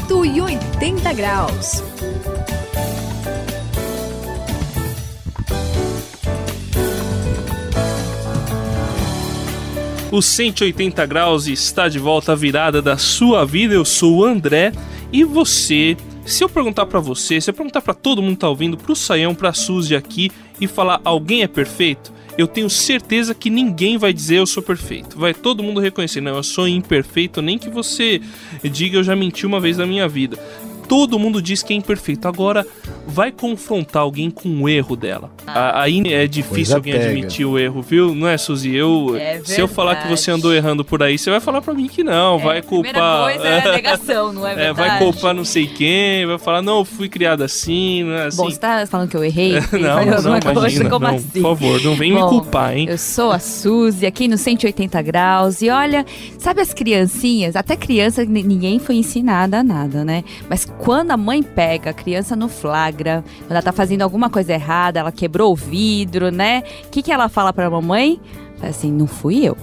180 graus. O 180 graus está de volta à virada da sua vida. Eu sou o André e você, se eu perguntar pra você, se eu perguntar pra todo mundo que tá ouvindo, pro Sayão, pra Suzy aqui e falar alguém é perfeito, eu tenho certeza que ninguém vai dizer eu sou perfeito. Vai todo mundo reconhecer, não, eu sou imperfeito, nem que você diga eu já menti uma vez na minha vida. Todo mundo diz que é imperfeito. Agora, vai confrontar alguém com o erro dela. Aí é difícil alguém admitir o erro, viu? Não é, Suzy? Se eu falar que você andou errando por aí, você vai falar pra mim que não. Vai culpar... A primeira coisa é a negação, não é verdade? Vai culpar não sei quem, vai falar, não, eu fui criado assim, não é assim. Bom, você tá falando que eu errei? Não, imagina, não, assim? Por favor, não vem me culpar, hein? Eu sou a Suzy, aqui no 180 graus, e olha, sabe as criancinhas? Até criança, ninguém foi ensinada a nada, né? Mas quando a mãe pega a criança no flagra, quando ela tá fazendo alguma coisa errada, ela quebrou o vidro, né? O que ela fala pra mamãe? Fala assim, não fui eu,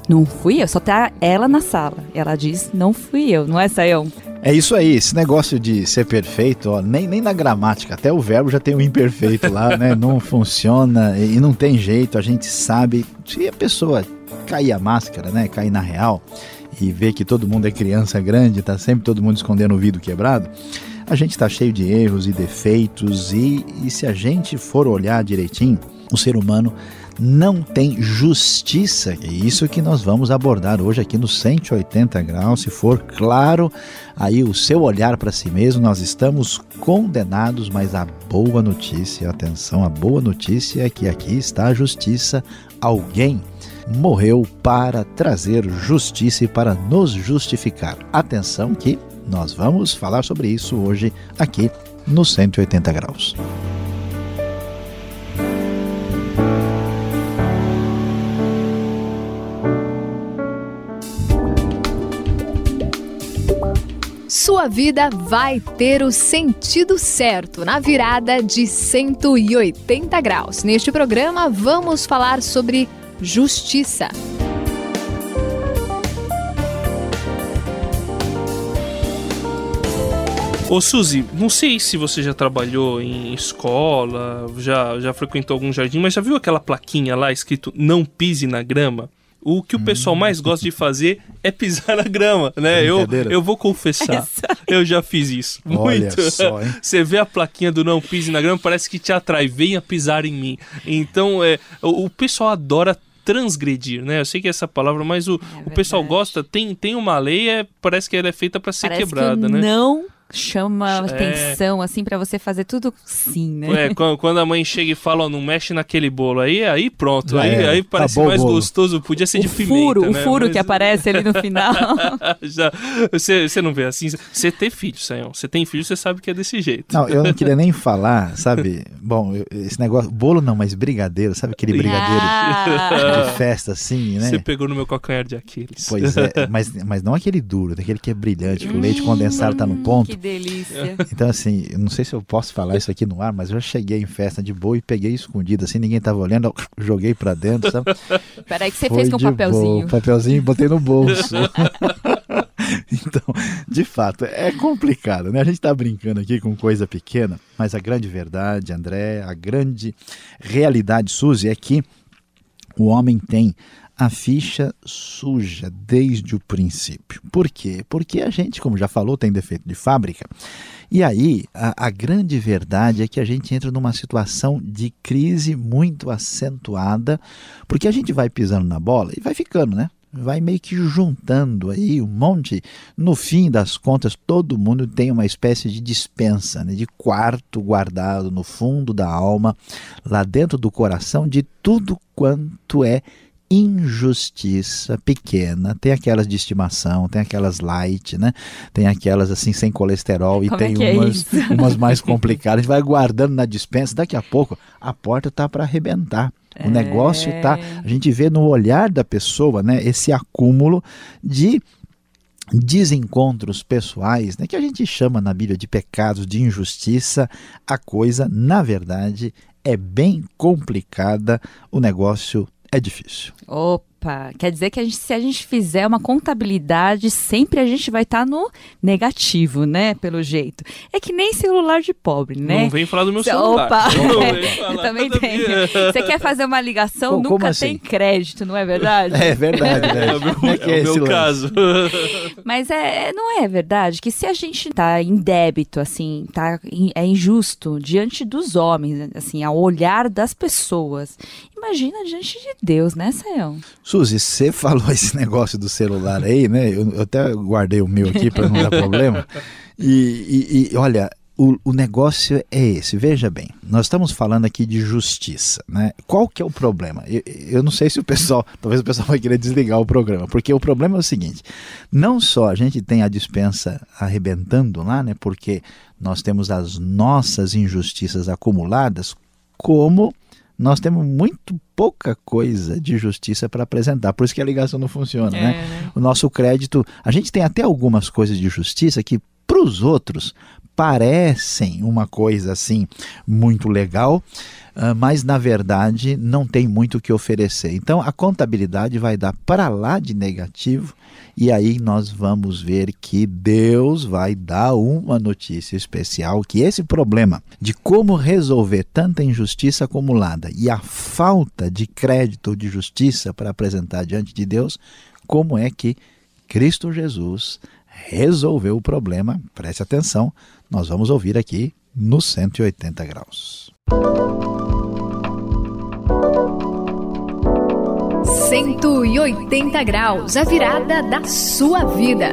só tá ela na sala. Ela diz, não fui eu, não é, Sayão? É isso aí, esse negócio de ser perfeito, ó, nem na gramática, até o verbo já tem o imperfeito lá, né? Não funciona e não tem jeito, a gente sabe. Se a pessoa cair a máscara, né? Cair na real e ver que todo mundo é criança grande, tá sempre todo mundo escondendo o vidro quebrado, a gente está cheio de erros e defeitos e se a gente for olhar direitinho, o ser humano não tem justiça. É isso que nós vamos abordar hoje aqui no 180 graus. Se for claro aí o seu olhar para si mesmo, nós estamos condenados, mas a boa notícia, atenção, a boa notícia é que aqui está a justiça. Alguém morreu para trazer justiça e para nos justificar. Atenção que nós vamos falar sobre isso hoje aqui no 180 graus. Sua vida vai ter o sentido certo na virada de 180 graus. Neste programa vamos falar sobre justiça. Ô Suzy, não sei se você já trabalhou em escola, já frequentou algum jardim, mas já viu aquela plaquinha lá escrito não pise na grama? O que o pessoal mais gosta de fazer é pisar na grama, né? Eu vou confessar, eu já fiz isso. Olha muito. Só, hein? Você vê a plaquinha do não pise na grama, parece que te atrai, venha pisar em mim. Então, o pessoal adora transgredir, né? Eu sei que é essa palavra, mas o pessoal gosta, tem uma lei, parece que ela é feita para ser quebrada, né? Não chama atenção, assim, pra você fazer tudo sim, né? Quando a mãe chega e fala, ó, não mexe naquele bolo aí pronto, aí parece mais gostoso, podia ser de pimenta, né? O furo que aparece ali no final. Você não vê assim, você tem filho, Sayão, você tem filho, você sabe que é desse jeito. Não, eu não queria nem falar, sabe, bom, esse negócio, bolo não, mas brigadeiro, sabe aquele brigadeiro de festa assim, né? Você pegou no meu calcanhar de Aquiles. Pois é, mas não aquele duro, daquele que é brilhante, que o leite condensado tá no ponto. Que delícia. Então, assim, eu não sei se eu posso falar isso aqui no ar, mas eu já cheguei em festa de boa e peguei escondido, assim, ninguém tava olhando, eu joguei pra dentro, sabe? Peraí que você fez com um papelzinho. Papelzinho e botei no bolso. Então, de fato, é complicado, né? A gente tá brincando aqui com coisa pequena, mas a grande verdade, André, a grande realidade, Suzy, é que o homem tem a ficha suja desde o princípio. Por quê? Porque a gente, como já falou, tem defeito de fábrica. E aí, a grande verdade é que a gente entra numa situação de crise muito acentuada, porque a gente vai pisando na bola e vai ficando, né? Vai meio que juntando aí um monte. No fim das contas, todo mundo tem uma espécie de despensa, né? De quarto guardado no fundo da alma, lá dentro do coração, de tudo quanto é injustiça pequena. Tem aquelas de estimação, tem aquelas light, né? Tem aquelas assim sem colesterol e tem umas mais complicadas. A gente vai guardando na despensa, daqui a pouco a porta tá para arrebentar. O negócio tá, a gente vê no olhar da pessoa, né, esse acúmulo de desencontros pessoais, né, que a gente chama na Bíblia de pecados, de injustiça. A coisa, na verdade, é bem complicada, o negócio é difícil. Opa! Opa, quer dizer que se a gente fizer uma contabilidade, sempre a gente vai estar no negativo, né? Pelo jeito. É que nem celular de pobre, né? Não vem falar do meu celular. Opa! Não vem falar. Também tem. Você quer fazer uma ligação, Como nunca assim? tem crédito, não é verdade? É verdade, né? É o esse meu lance? caso. Mas não é verdade que se a gente tá em débito, assim, é injusto diante dos homens, assim, ao olhar das pessoas. Imagina diante de Deus, né, Sayão? Suzy, você falou esse negócio do celular aí, né? Eu até guardei o meu aqui para não dar problema. E olha, o negócio é esse. Veja bem, nós estamos falando aqui de justiça, né? Qual que é o problema? Eu não sei se talvez o pessoal vai querer desligar o programa, porque o problema é o seguinte, não só a gente tem a dispensa arrebentando lá, né? Porque nós temos as nossas injustiças acumuladas, como nós temos muito pouca coisa de justiça para apresentar, por isso que a ligação não funciona, né? O nosso crédito, a gente tem até algumas coisas de justiça que para os outros parecem uma coisa assim muito legal, mas na verdade não tem muito o que oferecer. Então a contabilidade vai dar para lá de negativo e aí nós vamos ver que Deus vai dar uma notícia especial, que esse problema de como resolver tanta injustiça acumulada e a falta de crédito de justiça para apresentar diante de Deus, como é que Cristo Jesus resolveu o problema. Preste atenção, nós vamos ouvir aqui no 180 graus. 180 graus, a virada da sua vida.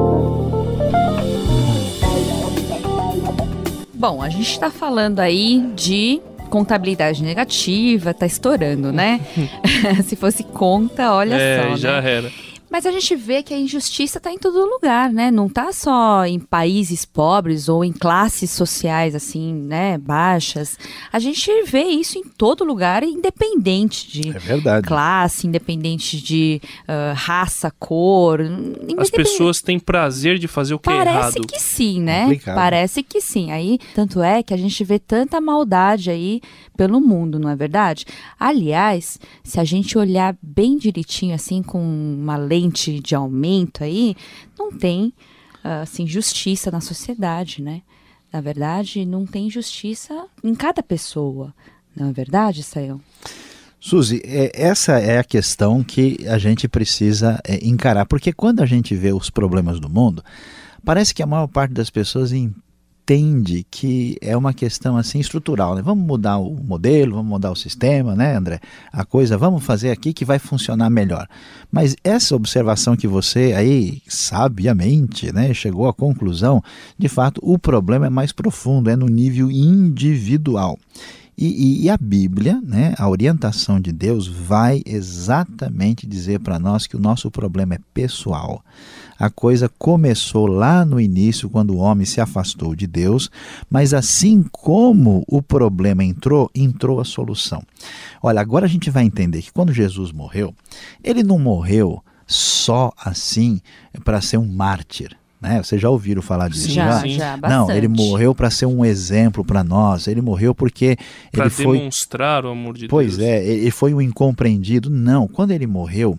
Bom, a gente está falando aí de contabilidade negativa, tá estourando, né? Se fosse conta, olha só, já né? era. Mas a gente vê que a injustiça está em todo lugar, né? Não está só em países pobres ou em classes sociais, assim, né, baixas. A gente vê isso em todo lugar, independente de classe, independente de raça, cor. As pessoas têm prazer de fazer o que é errado. Parece que sim, né? Complicado. Parece que sim. Aí, tanto é que a gente vê tanta maldade aí pelo mundo, não é verdade? Aliás, se a gente olhar bem direitinho, assim, com uma lente de aumento aí, não tem assim, justiça na sociedade, né? Na verdade, não tem justiça em cada pessoa. Não é verdade, Sayão? Suzy, essa é a questão que a gente precisa encarar, porque quando a gente vê os problemas do mundo, parece que a maior parte das pessoas entende que é uma questão assim estrutural, né? Vamos mudar o modelo, vamos mudar o sistema, né, André? A coisa, vamos fazer aqui que vai funcionar melhor. Mas essa observação que você aí, sabiamente, né, chegou à conclusão, de fato, o problema é mais profundo, é no nível individual. E a Bíblia, né, a orientação de Deus vai exatamente dizer para nós que o nosso problema é pessoal. A coisa começou lá no início, quando o homem se afastou de Deus, mas assim como o problema entrou a solução. Olha, agora a gente vai entender que quando Jesus morreu, ele não morreu só assim para ser um mártir. Né? Vocês já ouviram falar disso? Já, bastante. Não, ele morreu para ser um exemplo para nós. Ele morreu porque pra ele foi... demonstrar o amor de Deus. Pois é, ele foi um incompreendido. Não, quando ele morreu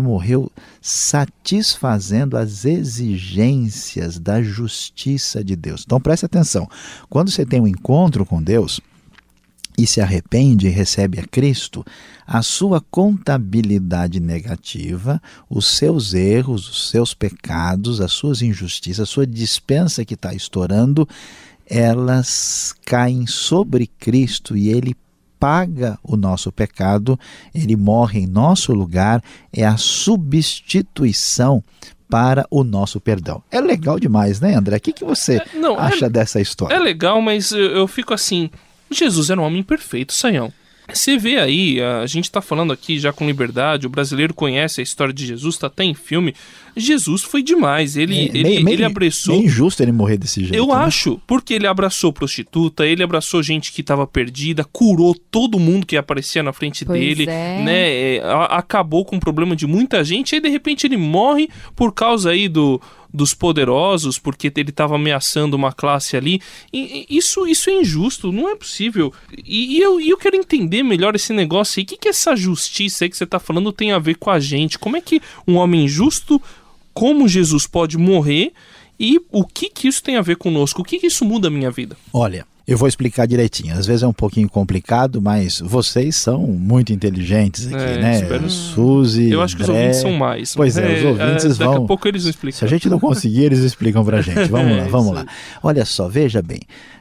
satisfazendo as exigências da justiça de Deus. Então preste atenção, quando você tem um encontro com Deus e se arrepende e recebe a Cristo, a sua contabilidade negativa, os seus erros, os seus pecados, as suas injustiças, a sua dispensa que está estourando, elas caem sobre Cristo e Ele paga o nosso pecado, Ele morre em nosso lugar, é a substituição para o nosso perdão. É legal demais, né, André? O que você acha dessa história? É legal, mas eu fico assim... Jesus era um homem perfeito, Sayão. Você vê aí, a gente está falando aqui já com liberdade, o brasileiro conhece a história de Jesus, está até em filme. Jesus foi demais, ele abraçou... É injusto ele morrer desse jeito. Eu acho, porque ele abraçou prostituta, ele abraçou gente que estava perdida, curou todo mundo que aparecia na frente dele, né? Acabou com o problema de muita gente, aí de repente ele morre por causa aí do dos poderosos porque ele estava ameaçando uma classe ali. E isso é injusto, não é possível. E eu quero entender melhor esse negócio aí. O que essa justiça aí que você está falando tem a ver com a gente? Como é que um homem justo como Jesus pode morrer e o que isso tem a ver conosco? O que isso muda a minha vida? Olha, eu vou explicar direitinho. Às vezes é um pouquinho complicado, mas vocês são muito inteligentes aqui, né? Suzy, eu acho que André... os ouvintes são mais. Pois é, os ouvintes vão... Daqui a pouco eles vão explicar. Se a gente não conseguir, eles explicam pra gente. Vamos lá. Olha só, veja bem.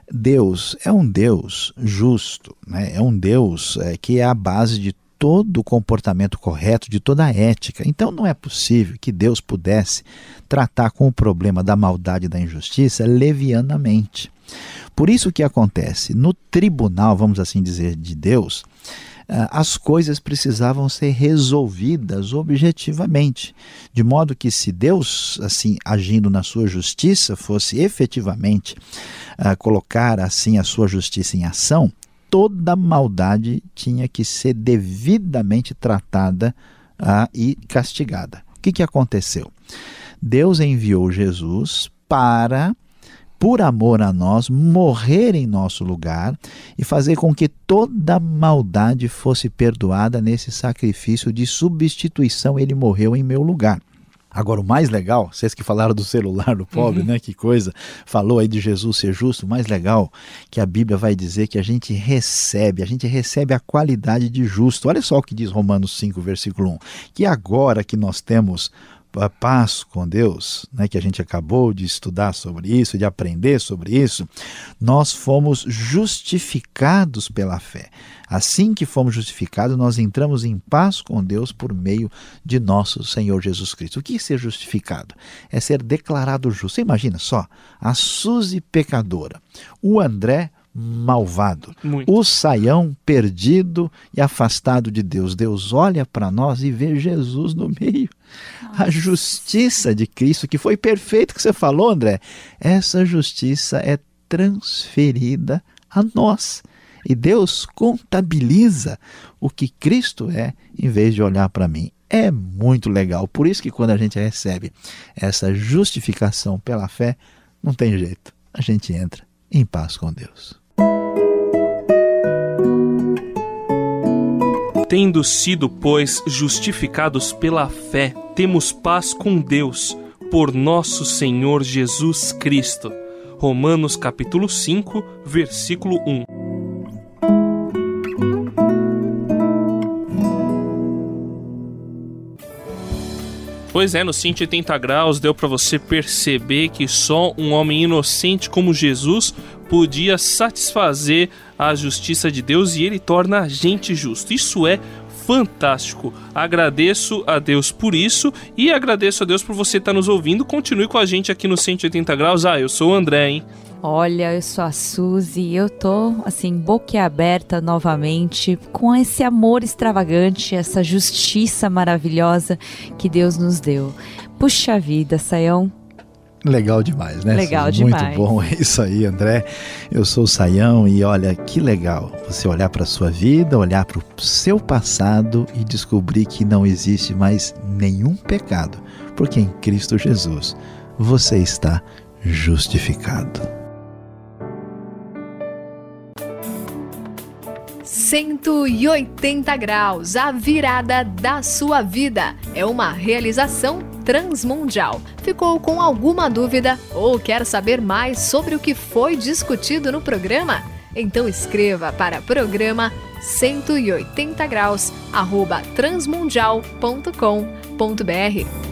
Deus é um Deus justo, né? É um Deus que é a base de todo o comportamento correto, de toda a ética. Então não é possível que Deus pudesse tratar com o problema da maldade e da injustiça levianamente. Por isso o que acontece? No tribunal, vamos assim dizer, de Deus, as coisas precisavam ser resolvidas objetivamente. De modo que se Deus, assim, agindo na sua justiça, fosse efetivamente colocar assim a sua justiça em ação, toda maldade tinha que ser devidamente tratada e castigada. O que aconteceu? Deus enviou Jesus para, por amor a nós, morrer em nosso lugar e fazer com que toda maldade fosse perdoada nesse sacrifício de substituição. Ele morreu em meu lugar. Agora, o mais legal, vocês que falaram do celular do pobre, né? Que coisa, falou aí de Jesus ser justo, o mais legal que a Bíblia vai dizer que a gente recebe a qualidade de justo. Olha só o que diz Romanos 5, versículo 1, que agora que nós temos a paz com Deus, né, que a gente acabou de estudar sobre isso, de aprender sobre isso, nós fomos justificados pela fé. Assim que fomos justificados, nós entramos em paz com Deus por meio de nosso Senhor Jesus Cristo. O que é ser justificado? É ser declarado justo. Você imagina só, a Suzy pecadora, o André malvado, o Saião perdido e afastado de Deus. Deus olha para nós e vê Jesus no meio. A justiça de Cristo, que foi perfeito que você falou, André, essa justiça é transferida a nós. E Deus contabiliza o que Cristo é, em vez de olhar para mim. É muito legal. Por isso que quando a gente recebe essa justificação pela fé, não tem jeito. A gente entra em paz com Deus. Tendo sido, pois, justificados pela fé, temos paz com Deus, por nosso Senhor Jesus Cristo. Romanos capítulo 5, versículo 1. Pois é, no 180 graus deu para você perceber que só um homem inocente como Jesus podia satisfazer a justiça de Deus e ele torna a gente justo. Isso é fantástico. Agradeço a Deus por isso e agradeço a Deus por você estar nos ouvindo. Continue com a gente aqui no 180 graus. Eu sou o André, hein? Olha, eu sou a Suzy e eu tô, assim, boquiaberta novamente com esse amor extravagante, essa justiça maravilhosa que Deus nos deu. Puxa vida, Saião. Legal demais, né? Legal demais. Muito bom, é isso aí, André. Eu sou o Saião e olha que legal você olhar para a sua vida, olhar para o seu passado e descobrir que não existe mais nenhum pecado, porque em Cristo Jesus você está justificado. 180 graus, a virada da sua vida. É uma realização transmundial. Ficou com alguma dúvida ou quer saber mais sobre o que foi discutido no programa? Então escreva para programa 180 graus @transmundial.com.br.